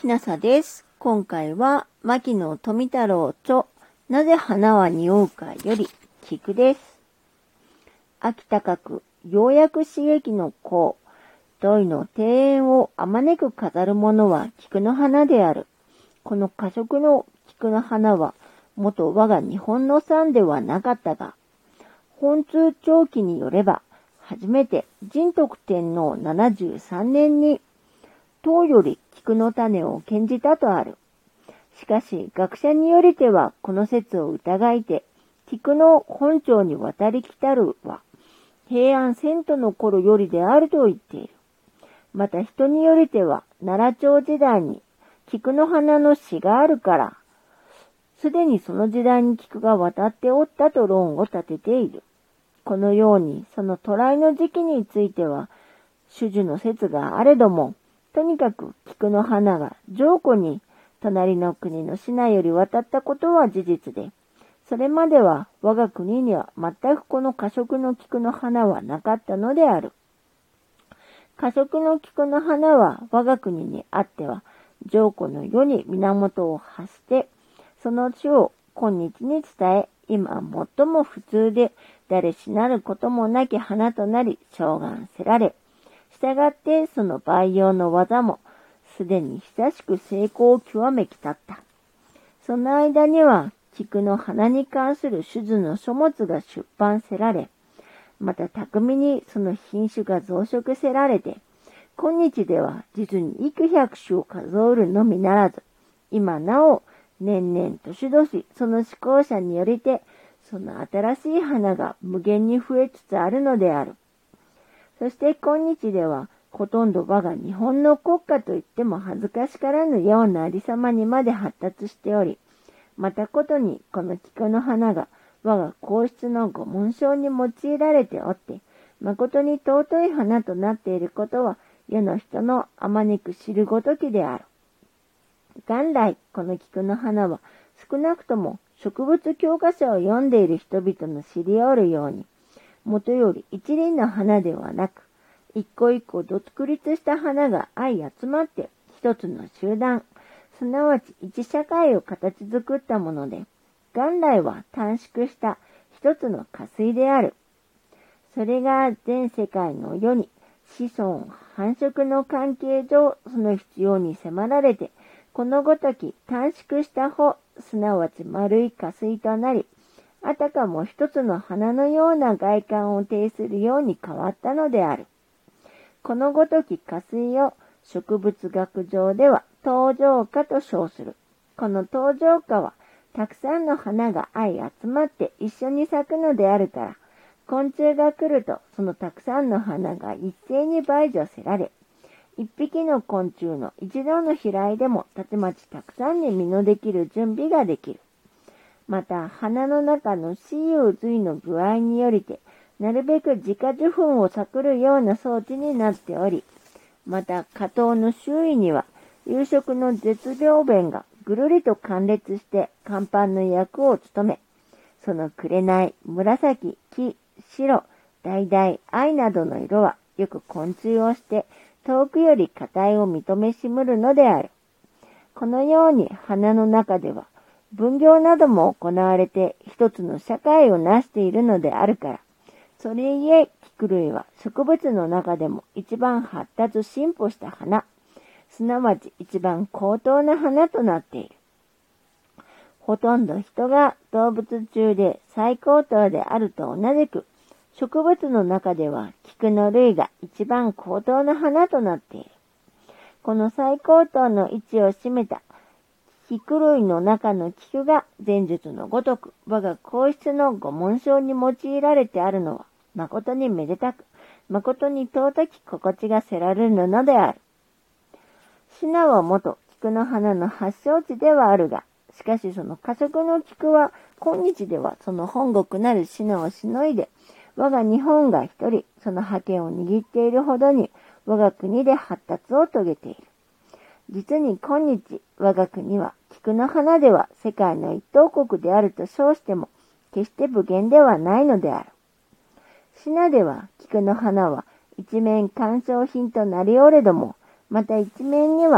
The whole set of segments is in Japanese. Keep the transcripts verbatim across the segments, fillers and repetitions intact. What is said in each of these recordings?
きなさです。今回は、牧野富太郎著、なぜ花は匂うかより、菊です。秋高く、ようやく刺激の香、土井の庭園をあまねく飾るものは菊の花である。この花色の菊の花は、元我が日本の産ではなかったが、本通帳記によれば、初めて仁徳天皇ななじゅうさんねんに、唐より菊の種を献じたとある。しかし学者によりてはこの説を疑いて、菊の本朝に渡り来たるは、平安遷都の頃よりであると言っている。また人によりては、奈良朝時代に菊の花の詩があるから、すでにその時代に菊が渡っておったと論を立てている。このように、その渡来の時期については、種々の説があれども、とにかく菊の花が上古に隣の国の品より渡ったことは事実で、それまでは我が国には全くこの花色の菊の花はなかったのである。花色の菊の花は我が国にあっては、上古の世に源を発して、その地を今日に伝え、今最も普通で誰しなることもなき花となり称願せられ、したがってその培養の技もすでに久しく成功を極めきたった。その間には菊の花に関する種々の書物が出版せられ、また巧みにその品種が増殖せられて、今日では実に幾百種を数えるのみならず、今なお年々年々その思考者によりて、その新しい花が無限に増えつつあるのである。そして今日では、ほとんど我が日本の国家といっても恥ずかしからぬようなありさまにまで発達しており、またことにこの菊の花が我が皇室の御紋章に用いられておって、誠に尊い花となっていることは、世の人のあまねく知るごときである。元来、この菊の花は、少なくとも植物教科書を読んでいる人々の知り得るように、もとより一輪の花ではなく、一個一個独立した花が相集まって一つの集団、すなわち一社会を形作ったもので、元来は短縮した一つの花水である。それが全世界の世に子孫繁殖の関係上その必要に迫られて、このごとき短縮した穂、すなわち丸い花水となり、あたかも一つの花のような外観を呈するように変わったのである。このごとき花水を植物学上では登場花と称する。この登場花はたくさんの花が相集まって一緒に咲くのであるから、昆虫が来るとそのたくさんの花が一斉に培除せられ、一匹の昆虫の一度の飛来でもたちまちたくさんに実のできる準備ができる。また、花の中の雌雄髄の具合によりて、なるべく自家受粉を避るような装置になっており、また、花頭の周囲には、夕食の絶病弁がぐるりと貫列して甲板の役を務め、その紅、紫、黄、白、橙、藍などの色はよく昆虫をして、遠くより花体を認めしむるのである。このように花の中では、分業なども行われて一つの社会を成しているのであるから、それゆえ菊類は植物の中でも一番発達進歩した花、すなわち一番高等な花となっている。ほとんど人が動物中で最高等であると同じく、植物の中では菊の類が一番高等な花となっている。この最高等の位置を占めた菊類の中の菊が前述のごとく我が皇室の御紋章に用いられてあるのは誠にめでたく、誠に尊き心地がせられるのである。品は元菊の花の発祥地ではあるが、しかしその花色の菊は今日ではその本国なる品をしのいで、我が日本が一人その覇権を握っているほどに我が国で発達を遂げている。実に今日、我が国は菊の花では世界の一等国であると称しても、決して無限ではないのである。品では菊の花は一面鑑賞品となりおれども、また一面には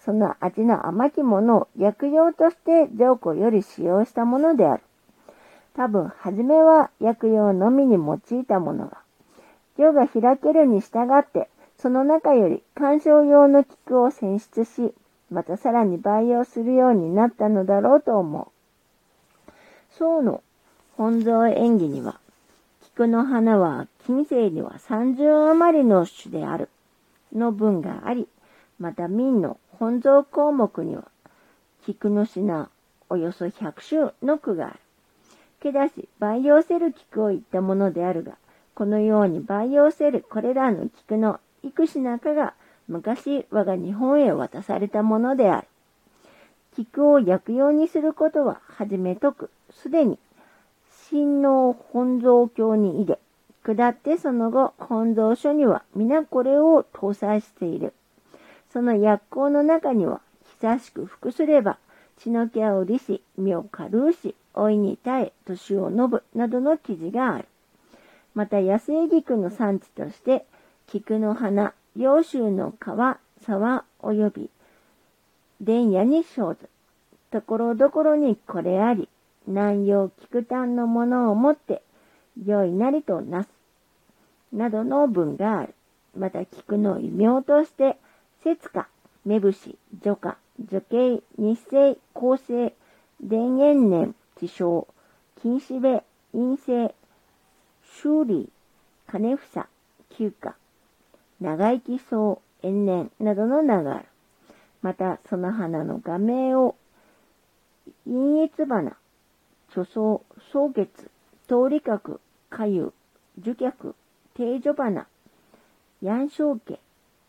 その味の甘きものを薬用として上古より使用したものである。多分、はじめは薬用のみに用いたものが、世が開けるに従って、その中より観賞用の菊を選出し、またさらに培養するようになったのだろうと思う。宋の本草演義には、菊の花は近世にはさんじゅう余りの種であるの文があり、また明の本草項目には、菊の品およそひゃく種の句がある。けだし培養せる菊を言ったものであるが、このように培養せるこれらの菊の幾品かが昔我が日本へ渡されたものである。菊を薬用にすることははじめとく、すでに親王本草経にいで、下ってその後本草書には皆これを搭載している。その薬効の中には、久しく服すれば血の気を利し、身を軽うし、老いに耐え、年を延ぶなどの記事がある。また野生菊の産地として、菊の花、葉州の川、沢及び田野に生ず。ところどころにこれあり、南洋菊丹のものをもって、良いなりとなす。などの文がある。また菊の異名として、節花、目節、除花、除景、日生、厚生、田延年、地生、金四部、陰性、修理、金房、休暇、長生き草、延年などの名がある。また、その花の画名を、陰越花、貯草、草月、通り角、花遊、樹脚、定女花、ヤ小家、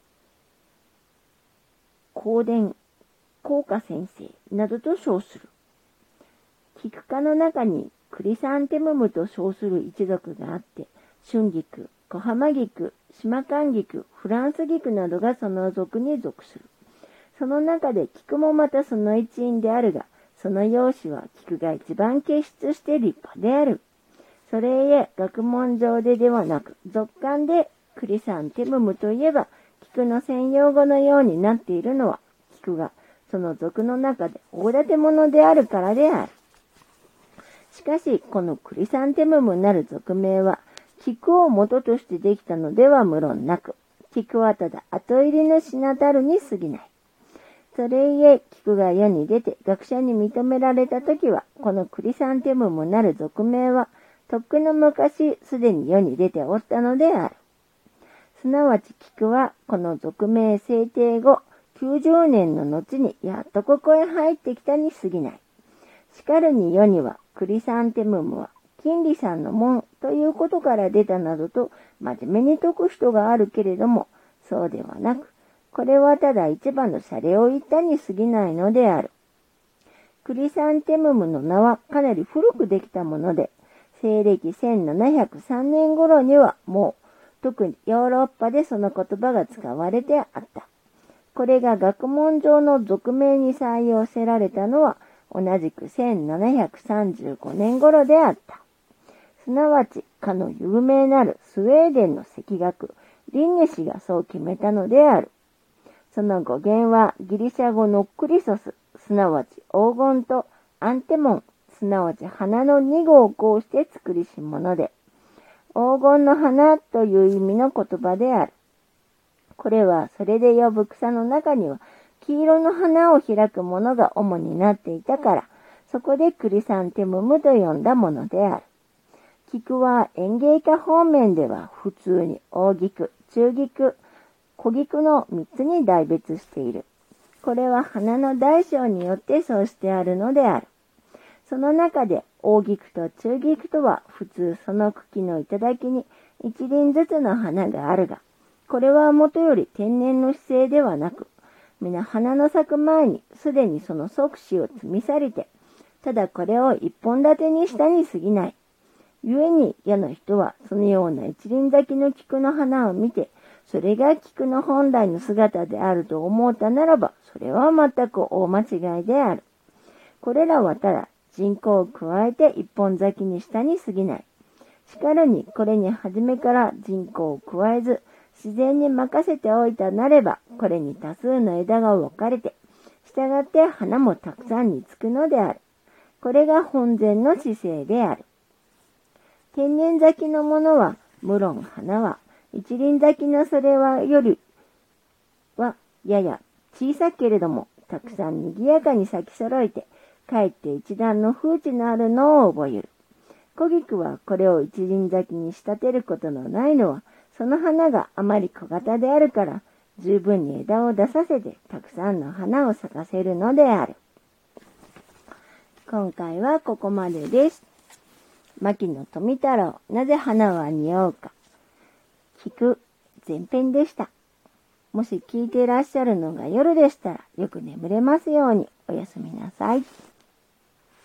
香典、効果先生などと称する。菊科の中にクリサンテムムと称する一族があって、春菊、小浜菊、島寒菊、フランス菊などがその属に属する。その中で菊もまたその一員であるが、その容姿は菊が一番傑出して立派である。それゆえ学問上でではなく、俗漢でクリサンテムムといえば、菊の専用語のようになっているのは、菊がその属の中で大立物であるからである。しかし、このクリサンテムムなる属名は、菊を元としてできたのでは無論なく、菊はただ後入りの品たるに過ぎない。それゆえ、菊が世に出て学者に認められたときは、このクリサンテムムなる属名は、とっくの昔すでに世に出ておったのである。すなわち菊は、この属名制定後、きゅうじゅうねんの後にやっとここへ入ってきたに過ぎない。しかるに世には、クリサンテムムは、金利さんの門ということから出たなどと真面目に説く人があるけれども、そうではなく、これはただ一番のシャレを言ったに過ぎないのである。クリサンテムムの名はかなり古くできたもので、西暦せんななひゃくさんねん頃にはもう、特にヨーロッパでその言葉が使われてあった。これが学問上の俗名に採用せられたのは、同じくせんななひゃくさんじゅうごねん頃であった。すなわち、かの有名なるスウェーデンの赤学、リンネ氏がそう決めたのである。その語源はギリシャ語のクリソス、すなわち黄金とアンテモン、すなわち花の二語をこうして作りしもので、黄金の花という意味の言葉である。これはそれで呼ぶ草の中には黄色の花を開くものが主になっていたから、そこでクリサンテムムと呼んだものである。菊は園芸家方面では普通に大菊、中菊、小菊の三つに大別している。これは花の大小によってそうしてあるのである。その中で大菊と中菊とは普通その茎の頂に一輪ずつの花があるが、これはもとより天然の姿勢ではなく、皆花の咲く前にすでにその即死を積み去りて、ただこれを一本立てにしたに過ぎない。故に世の人はそのような一輪咲きの菊の花を見て、それが菊の本来の姿であると思ったならば、それは全く大間違いである。これらはただ人工を加えて一本咲きにしたに過ぎない。しかるにこれに初めから人工を加えず、自然に任せておいたなれば、これに多数の枝が分かれて、 したがって花もたくさんにつくのである。これが本然の姿勢である。天然咲きのものは、無論花は、一輪咲きのそれはよりはやや小さけれども、たくさん賑やかに咲き揃えて、かえって一段の風致のあるのを覚える。小菊はこれを一輪咲きに仕立てることのないのは、その花があまり小型であるから、十分に枝を出させてたくさんの花を咲かせるのである。今回はここまでです。牧野富太郎、なぜ花は匂うか。聞く前編でした。もし聞いていらっしゃるのが夜でしたら、よく眠れますようにおやすみなさい。